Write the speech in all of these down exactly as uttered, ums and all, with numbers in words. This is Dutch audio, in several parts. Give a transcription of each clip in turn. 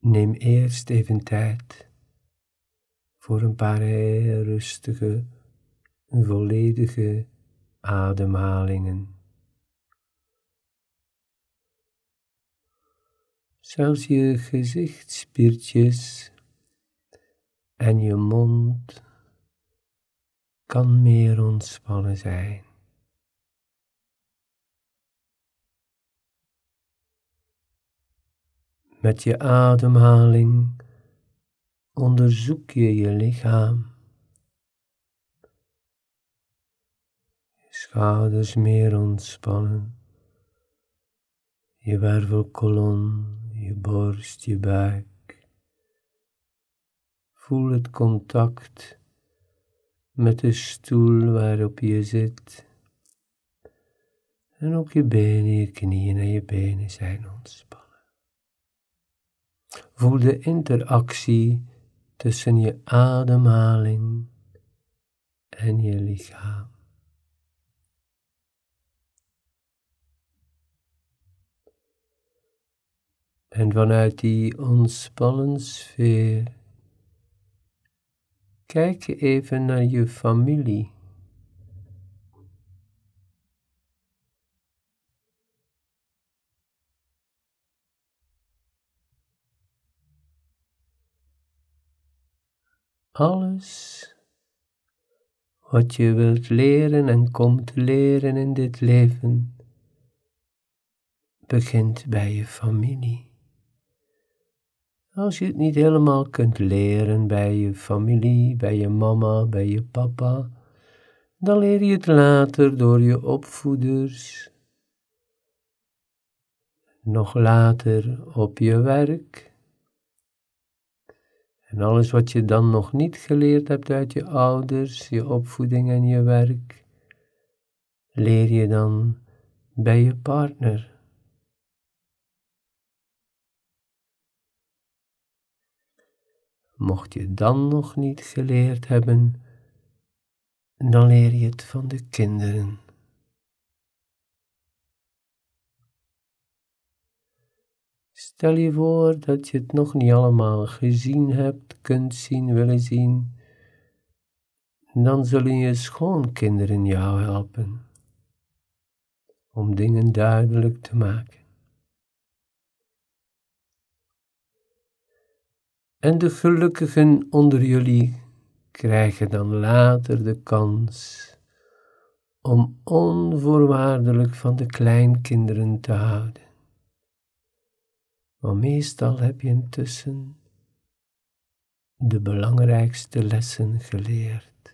Neem eerst even tijd voor een paar heel rustige, volledige ademhalingen. Zelfs je gezichtsspiertjes en je mond kan meer ontspannen zijn. Met je ademhaling onderzoek je je lichaam. Je schouders meer ontspannen. Je wervelkolom, je borst, je buik. Voel het contact met de stoel waarop je zit. En ook je benen, je knieën en je benen zijn ontspannen. Voel de interactie tussen je ademhaling en je lichaam. En vanuit die ontspannen sfeer, kijk je even naar je familie. Alles wat je wilt leren en komt leren in dit leven, begint bij je familie. Als je het niet helemaal kunt leren bij je familie, bij je mama, bij je papa, dan leer je het later door je opvoeders, nog later op je werk. En alles wat je dan nog niet geleerd hebt uit je ouders, je opvoeding en je werk, leer je dan bij je partner. Mocht je dan nog niet geleerd hebben, dan leer je het van de kinderen. Stel je voor dat je het nog niet allemaal gezien hebt, kunt zien, willen zien, dan zullen je schoonkinderen jou helpen om dingen duidelijk te maken. En de gelukkigen onder jullie krijgen dan later de kans om onvoorwaardelijk van de kleinkinderen te houden. Maar meestal heb je intussen de belangrijkste lessen geleerd.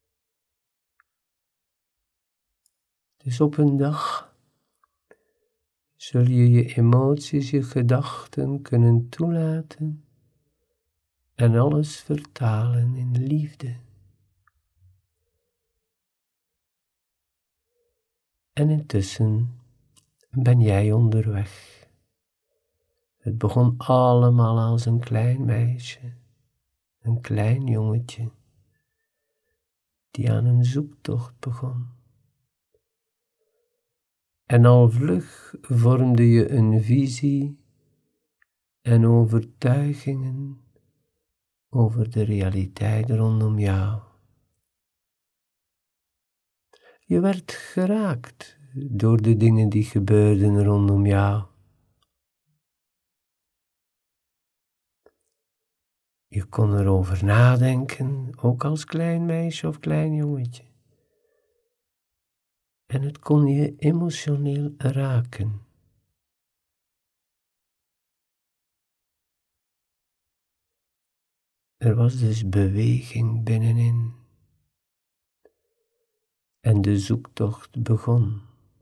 Dus op een dag zul je je emoties, je gedachten kunnen toelaten en alles vertalen in liefde. En intussen ben jij onderweg. Het begon allemaal als een klein meisje, een klein jongetje, die aan een zoektocht begon. En al vlug vormde je een visie en overtuigingen over de realiteit rondom jou. Je werd geraakt door de dingen die gebeurden rondom jou. Je kon erover nadenken, ook als klein meisje of klein jongetje. En het kon je emotioneel raken. Er was dus beweging binnenin. En de zoektocht begon.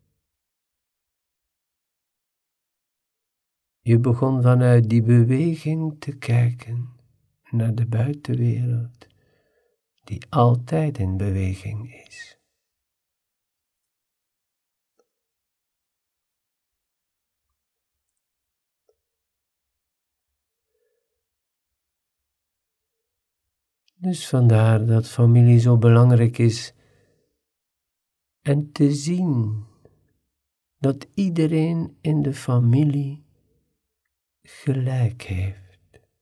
Je begon vanuit die beweging te kijken naar de buitenwereld, die altijd in beweging is. Dus vandaar dat familie zo belangrijk is en te zien dat iedereen in de familie gelijk heeft.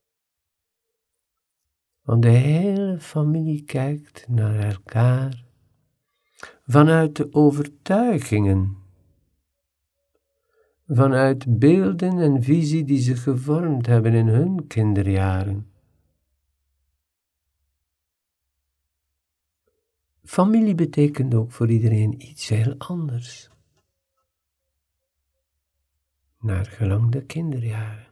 Want de hele familie kijkt naar elkaar vanuit de overtuigingen, vanuit beelden en visie die ze gevormd hebben in hun kinderjaren. Familie betekent ook voor iedereen iets heel anders, naar gelang de kinderjaren.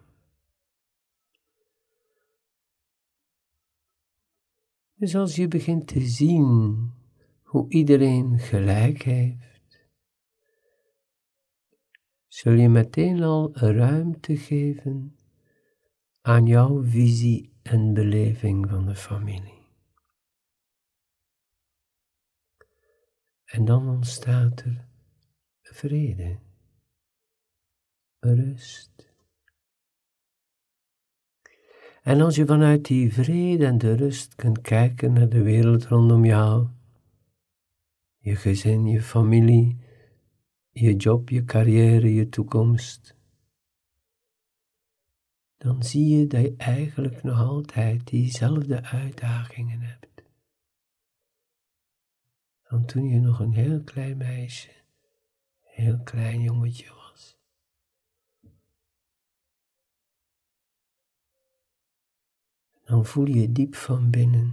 Dus als je begint te zien hoe iedereen gelijk heeft, zul je meteen al ruimte geven aan jouw visie en beleving van de familie. En dan ontstaat er vrede, rust. En als je vanuit die vrede en de rust kunt kijken naar de wereld rondom jou, je gezin, je familie, je job, je carrière, je toekomst, dan zie je dat je eigenlijk nog altijd diezelfde uitdagingen hebt. Van toen je nog een heel klein meisje, heel klein jongetje was. Dan voel je diep van binnen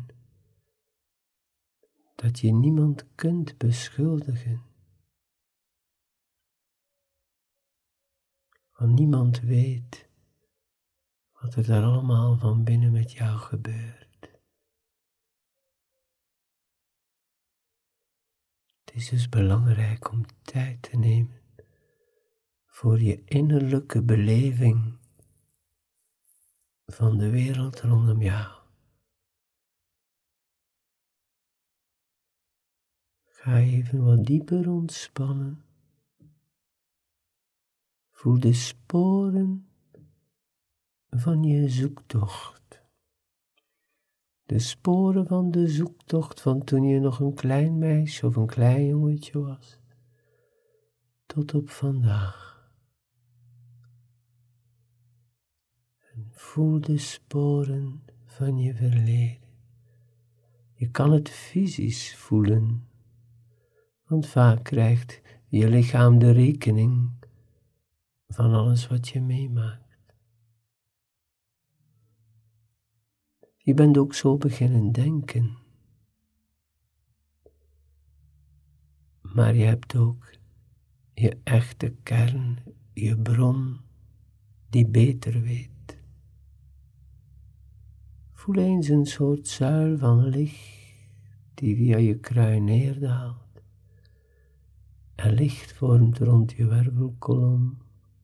dat je niemand kunt beschuldigen. Want niemand weet wat er daar allemaal van binnen met jou gebeurt. Het is dus belangrijk om tijd te nemen voor je innerlijke beleving van de wereld rondom jou. Ga even wat dieper ontspannen. Voel de sporen van je zoektocht. De sporen van de zoektocht van toen je nog een klein meisje of een klein jongetje was. Tot op vandaag. En voel de sporen van je verleden. Je kan het fysisch voelen. Want vaak krijgt je lichaam de rekening van alles wat je meemaakt. Je bent ook zo beginnen denken. Maar je hebt ook je echte kern, je bron, die beter weet. Voel eens een soort zuil van licht die via je kruin neerdaalt. En licht vormt rond je wervelkolom,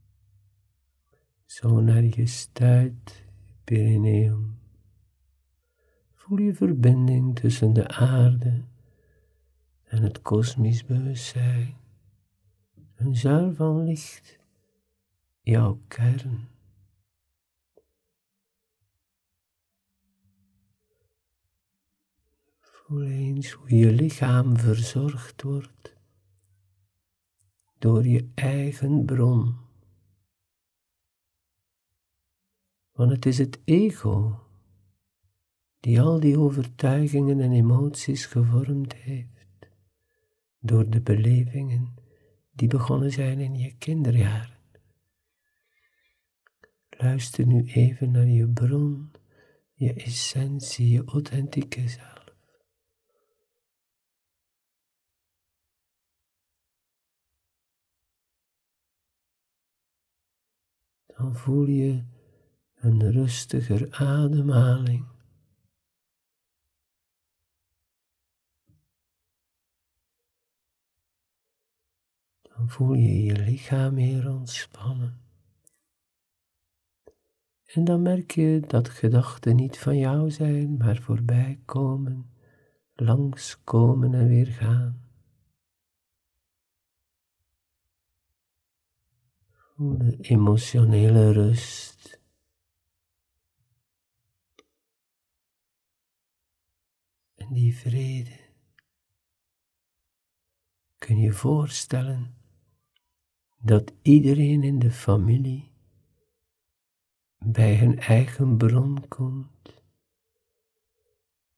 zo naar je stuit, je perineum. Voel je verbinding tussen de aarde en het kosmisch bewustzijn. Een zuil van licht, jouw kern. Voel eens hoe je lichaam verzorgd wordt door je eigen bron. Want het is het ego die al die overtuigingen en emoties gevormd heeft door de belevingen die begonnen zijn in je kinderjaren. Luister nu even naar je bron, je essentie, je authentieke zelf. Dan voel je een rustiger ademhaling. Dan voel je je lichaam meer ontspannen. En dan merk je dat gedachten niet van jou zijn, maar voorbij komen, langskomen en weer gaan. Voel de emotionele rust. En die vrede. Kun je voorstellen dat iedereen in de familie bij hun eigen bron komt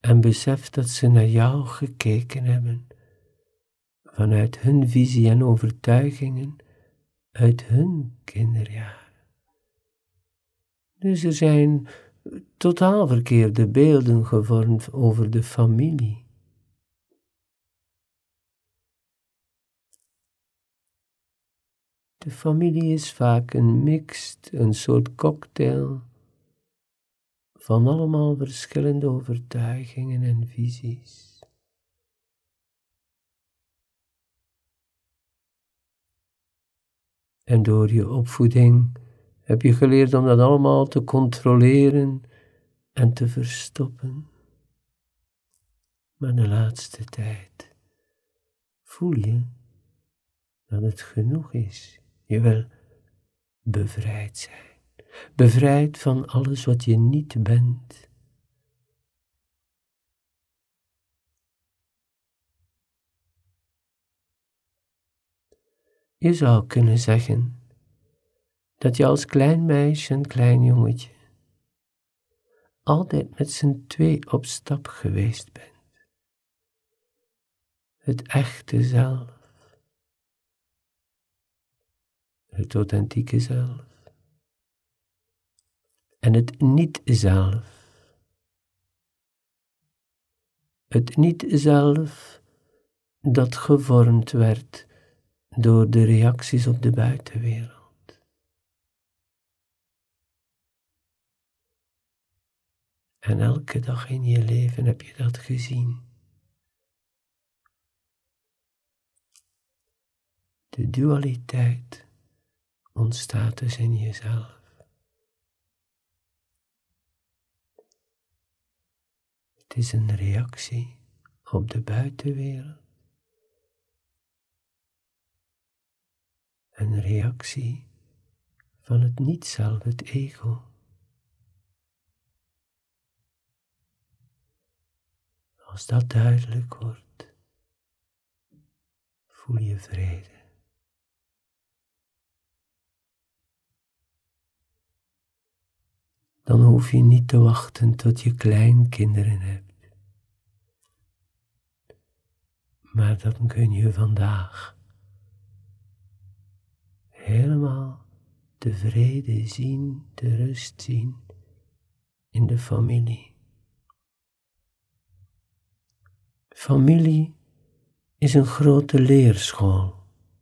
En besef dat ze naar jou gekeken hebben, vanuit hun visie en overtuigingen, uit hun kinderjaren. Dus er zijn totaal verkeerde beelden gevormd over de familie. De familie is vaak een mixed, een soort cocktail van allemaal verschillende overtuigingen en visies. En door je opvoeding heb je geleerd om dat allemaal te controleren en te verstoppen. Maar de laatste tijd voel je dat het genoeg is. Je wil bevrijd zijn. Bevrijd van alles wat je niet bent. Je zou kunnen zeggen dat je als klein meisje en klein jongetje altijd met z'n twee op stap geweest bent. Het echte zelf. Het authentieke zelf. En het niet-zelf. Het niet-zelf dat gevormd werd door de reacties op de buitenwereld. En elke dag in je leven heb je dat gezien. De dualiteit ontstaat dus in jezelf. Het is een reactie op de buitenwereld. Een reactie van het niet-zelf, het ego. Als dat duidelijk wordt, voel je vrede. Dan hoef je niet te wachten tot je kleinkinderen hebt. Maar dan kun je vandaag helemaal de vrede zien, de rust zien in de familie. Familie is een grote leerschool.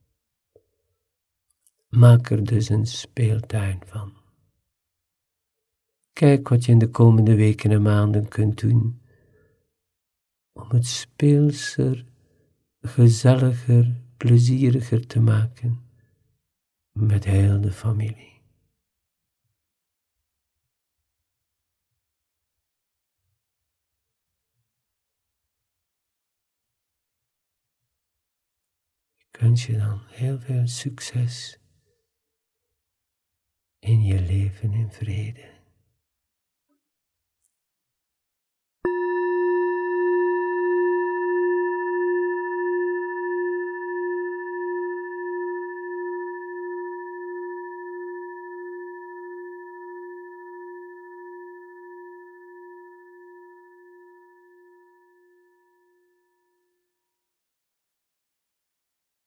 Maak er dus een speeltuin van. Kijk wat je in de komende weken en maanden kunt doen om het speelser, gezelliger, plezieriger te maken met heel de familie. Ik wens je dan heel veel succes in je leven in vrede.